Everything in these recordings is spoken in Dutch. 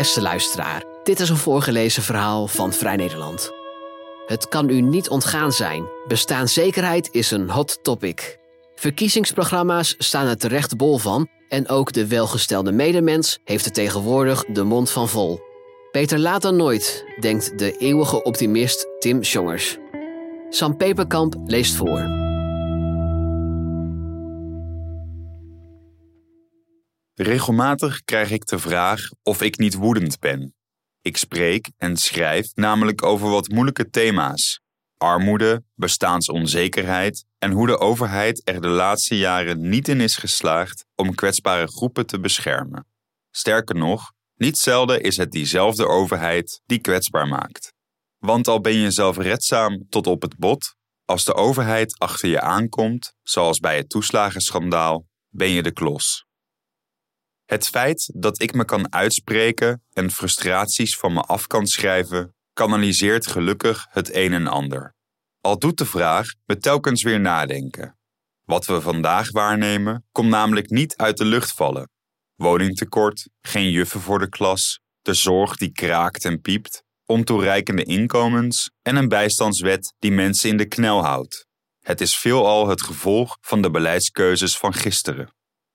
Beste luisteraar, dit is een voorgelezen verhaal van Vrij Nederland. Het kan u niet ontgaan zijn. Bestaanszekerheid is een hot topic. Verkiezingsprogramma's staan er terecht bol van en ook de welgestelde medemens heeft er tegenwoordig de mond van vol. Beter laat dan nooit, denkt de eeuwige optimist Tim Sjongers. Sam Peperkamp leest voor. Regelmatig krijg ik de vraag of ik niet woedend ben. Ik spreek en schrijf namelijk over wat moeilijke thema's. Armoede, bestaansonzekerheid en hoe de overheid er de laatste jaren niet in is geslaagd om kwetsbare groepen te beschermen. Sterker nog, niet zelden is het diezelfde overheid die kwetsbaar maakt. Want al ben je zelfredzaam tot op het bot, als de overheid achter je aankomt, zoals bij het toeslagenschandaal, ben je de klos. Het feit dat ik me kan uitspreken en frustraties van me af kan schrijven, kanaliseert gelukkig het een en ander. Al doet de vraag me telkens weer nadenken. Wat we vandaag waarnemen, komt namelijk niet uit de lucht vallen. Woningtekort, geen juffen voor de klas, de zorg die kraakt en piept, ontoereikende inkomens en een bijstandswet die mensen in de knel houdt. Het is veelal het gevolg van de beleidskeuzes van gisteren.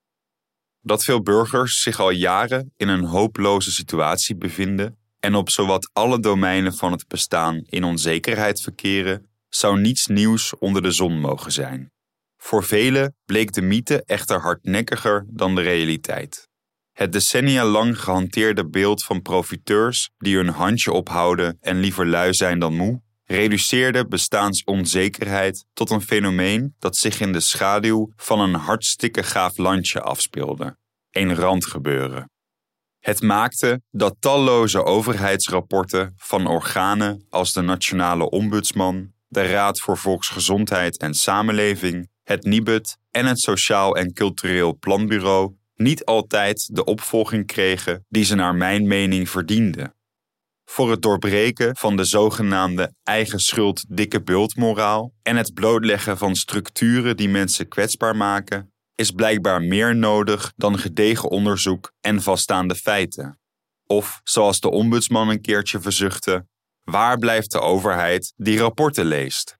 Dat veel burgers zich al jaren in een hopeloze situatie bevinden en op zowat alle domeinen van het bestaan in onzekerheid verkeren, zou niets nieuws onder de zon mogen zijn. Voor velen bleek de mythe echter hardnekkiger dan de realiteit. Het decennia lang gehanteerde beeld van profiteurs die hun handje ophouden en liever lui zijn dan moe, reduceerde bestaansonzekerheid tot een fenomeen dat zich in de schaduw van een hartstikke gaaf landje afspeelde. Een randgebeuren. Het maakte dat talloze overheidsrapporten van organen als de Nationale Ombudsman, de Raad voor Volksgezondheid en Samenleving, het Nibud en het Sociaal en Cultureel Planbureau niet altijd de opvolging kregen die ze naar mijn mening verdienden. Voor het doorbreken van de zogenaamde eigen schuld dikke bultmoraal en het blootleggen van structuren die mensen kwetsbaar maken, is blijkbaar meer nodig dan gedegen onderzoek en vaststaande feiten. Of, zoals de ombudsman een keertje verzuchtte, waar blijft de overheid die rapporten leest?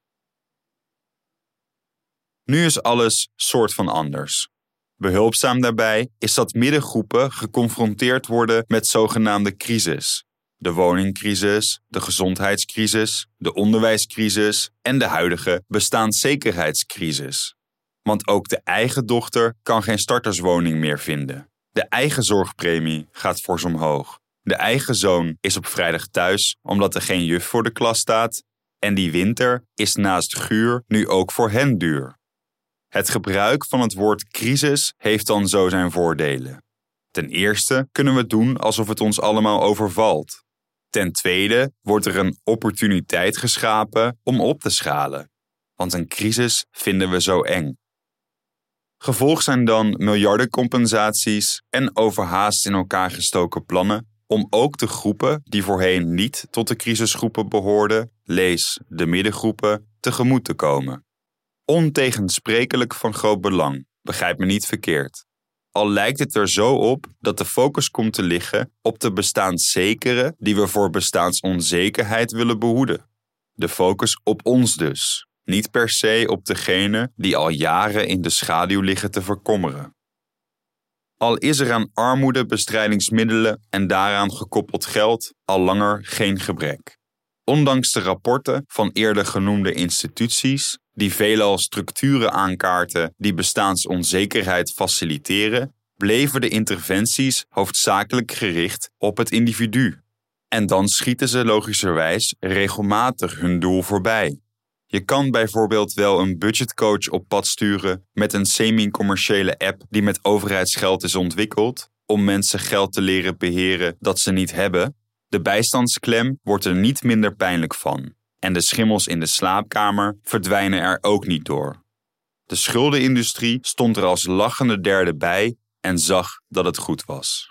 Nu is alles soort van anders. Behulpzaam daarbij is dat middengroepen geconfronteerd worden met zogenaamde crisis. De woningcrisis, de gezondheidscrisis, de onderwijscrisis en de huidige bestaanszekerheidscrisis. Want ook de eigen dochter kan geen starterswoning meer vinden. De eigen zorgpremie gaat fors omhoog. De eigen zoon is op vrijdag thuis omdat er geen juf voor de klas staat. En die winter is naast guur nu ook voor hen duur. Het gebruik van het woord crisis heeft dan zo zijn voordelen. Ten eerste kunnen we doen alsof het ons allemaal overvalt. Ten tweede wordt er een opportuniteit geschapen om op te schalen. Want een crisis vinden we zo eng. Gevolg zijn dan miljardencompensaties en overhaast in elkaar gestoken plannen om ook de groepen die voorheen niet tot de crisisgroepen behoorden, lees de middengroepen, tegemoet te komen. Ontegensprekelijk van groot belang, begrijp me niet verkeerd. Al lijkt het er zo op dat de focus komt te liggen op de bestaanszekere die we voor bestaansonzekerheid willen behoeden. De focus op ons dus. Niet per se op degene die al jaren in de schaduw liggen te verkommeren. Al is er aan armoedebestrijdingsmiddelen en daaraan gekoppeld geld al langer geen gebrek. Ondanks de rapporten van eerder genoemde instituties, die veelal structuren aankaarten die bestaansonzekerheid faciliteren, bleven de interventies hoofdzakelijk gericht op het individu. En dan schieten ze logischerwijs regelmatig hun doel voorbij. Je kan bijvoorbeeld wel een budgetcoach op pad sturen met een semi-commerciële app die met overheidsgeld is ontwikkeld om mensen geld te leren beheren dat ze niet hebben. De bijstandsklem wordt er niet minder pijnlijk van en de schimmels in de slaapkamer verdwijnen er ook niet door. De schuldenindustrie stond er als lachende derde bij en zag dat het goed was.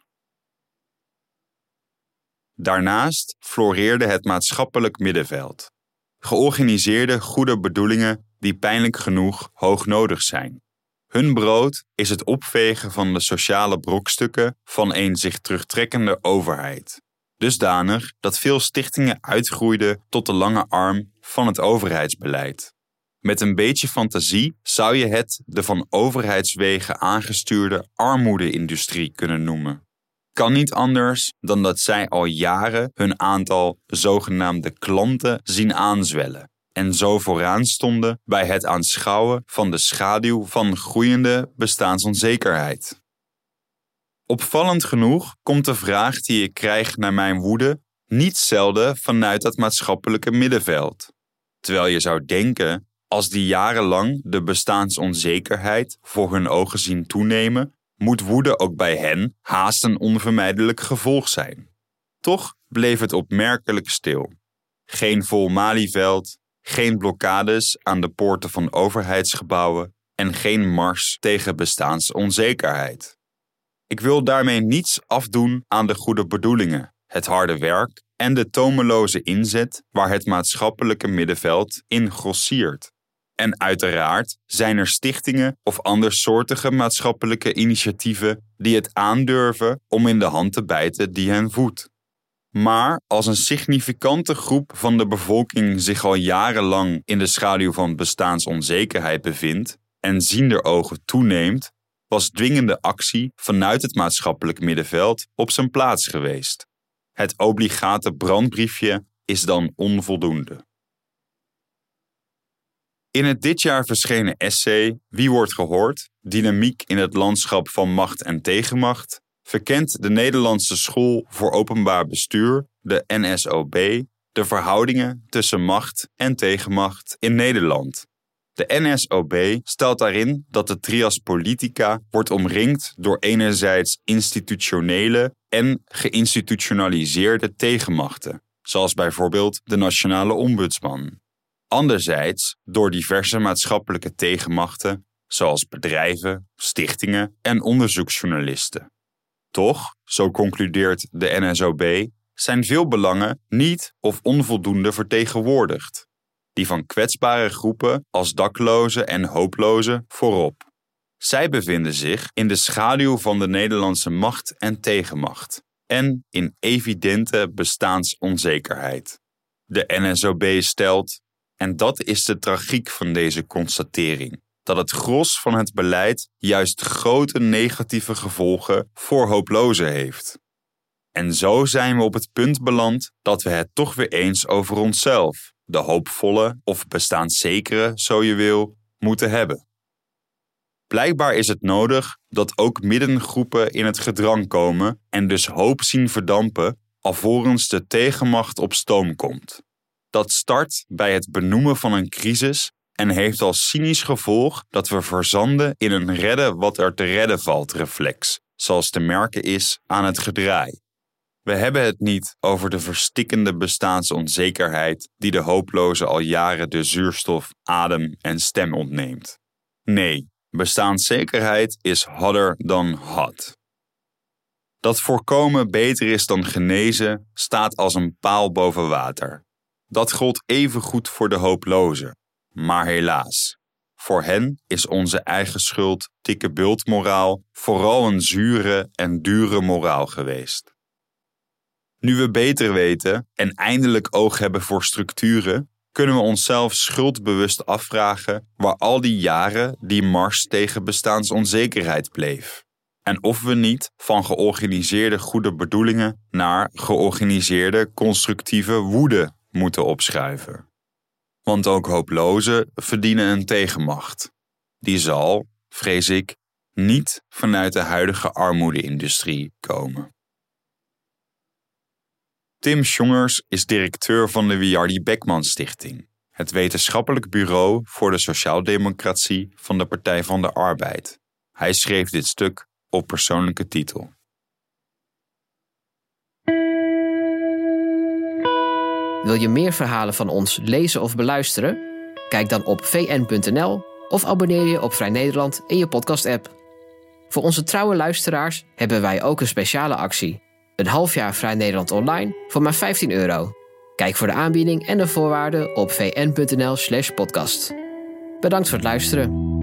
Daarnaast floreerde het maatschappelijk middenveld. Georganiseerde goede bedoelingen die pijnlijk genoeg hoog nodig zijn. Hun brood is het opvegen van de sociale brokstukken van een zich terugtrekkende overheid. dusdanig dat veel stichtingen uitgroeiden tot de lange arm van het overheidsbeleid. Met een beetje fantasie zou je het de van overheidswegen aangestuurde armoede-industrie kunnen noemen. Kan niet anders dan dat zij al jaren hun aantal zogenaamde klanten zien aanzwellen en zo vooraan stonden bij het aanschouwen van de schaduw van groeiende bestaansonzekerheid. Opvallend genoeg komt de vraag die ik krijg naar mijn woede niet zelden vanuit het maatschappelijke middenveld. Terwijl je zou denken, als die jarenlang de bestaansonzekerheid voor hun ogen zien toenemen, moet woede ook bij hen haast een onvermijdelijk gevolg zijn. Toch bleef het opmerkelijk stil. Geen vol Malieveld, geen blokkades aan de poorten van overheidsgebouwen en geen mars tegen bestaansonzekerheid. Ik wil daarmee niets afdoen aan de goede bedoelingen, het harde werk en de tomeloze inzet waar het maatschappelijke middenveld in grossiert. En uiteraard zijn er stichtingen of andersoortige maatschappelijke initiatieven die het aandurven om in de hand te bijten die hen voedt. Maar als een significante groep van de bevolking zich al jarenlang in de schaduw van bestaansonzekerheid bevindt en ziender ogen toeneemt, was dwingende actie vanuit het maatschappelijk middenveld op zijn plaats geweest. Het obligate brandbriefje is dan onvoldoende. In het dit jaar verschenen essay Wie wordt gehoord? Dynamiek in het landschap van macht en tegenmacht verkent de Nederlandse School voor Openbaar Bestuur, de NSOB, de verhoudingen tussen macht en tegenmacht in Nederland. De NSOB stelt daarin dat de trias politica wordt omringd door enerzijds institutionele en geïnstitutionaliseerde tegenmachten, zoals bijvoorbeeld de Nationale Ombudsman. Anderzijds door diverse maatschappelijke tegenmachten, zoals bedrijven, stichtingen en onderzoeksjournalisten. Toch, zo concludeert de NSOB, zijn veel belangen niet of onvoldoende vertegenwoordigd. Die van kwetsbare groepen als daklozen en hooplozen voorop. Zij bevinden zich in de schaduw van de Nederlandse macht en tegenmacht en in evidente bestaansonzekerheid. De NSOB stelt, en dat is de tragiek van deze constatering, dat het gros van het beleid juist grote negatieve gevolgen voor hooplozen heeft. En zo zijn we op het punt beland dat we het toch weer eens over onszelf, de hoopvolle of bestaanszekere, zo je wil, moeten hebben. Blijkbaar is het nodig dat ook middengroepen in het gedrang komen en dus hoop zien verdampen alvorens de tegenmacht op stoom komt. Dat start bij het benoemen van een crisis en heeft als cynisch gevolg dat we verzanden in een redden wat er te redden valt reflex, zoals te merken is aan het gedraai. We hebben het niet over de verstikkende bestaansonzekerheid die de hooploze al jaren de zuurstof, adem en stem ontneemt. Nee, bestaanszekerheid is harder dan hot. Dat voorkomen beter is dan genezen staat als een paal boven water. Dat gold evengoed voor de hooplozen. Maar helaas, voor hen is onze eigen schuld, dikke bultmoraal, vooral een zure en dure moraal geweest. Nu we beter weten en eindelijk oog hebben voor structuren, kunnen we onszelf schuldbewust afvragen waar al die jaren die mars tegen bestaansonzekerheid bleef. En of we niet van georganiseerde goede bedoelingen naar georganiseerde constructieve woede moeten opschuiven. Want ook hooplozen verdienen een tegenmacht. Die zal, vrees ik, niet vanuit de huidige armoede-industrie komen. Tim Sjongers is directeur van de Wiardi Beckman Stichting, het wetenschappelijk bureau voor de sociaaldemocratie van de Partij van de Arbeid. Hij schreef dit stuk op persoonlijke titel. Wil je meer verhalen van ons lezen of beluisteren? Kijk dan op vn.nl of abonneer je op Vrij Nederland in je podcast-app. Voor onze trouwe luisteraars hebben wij ook een speciale actie. Een half jaar Vrij Nederland online voor maar €15. Kijk voor de aanbieding en de voorwaarden op vn.nl/podcast. Bedankt voor het luisteren.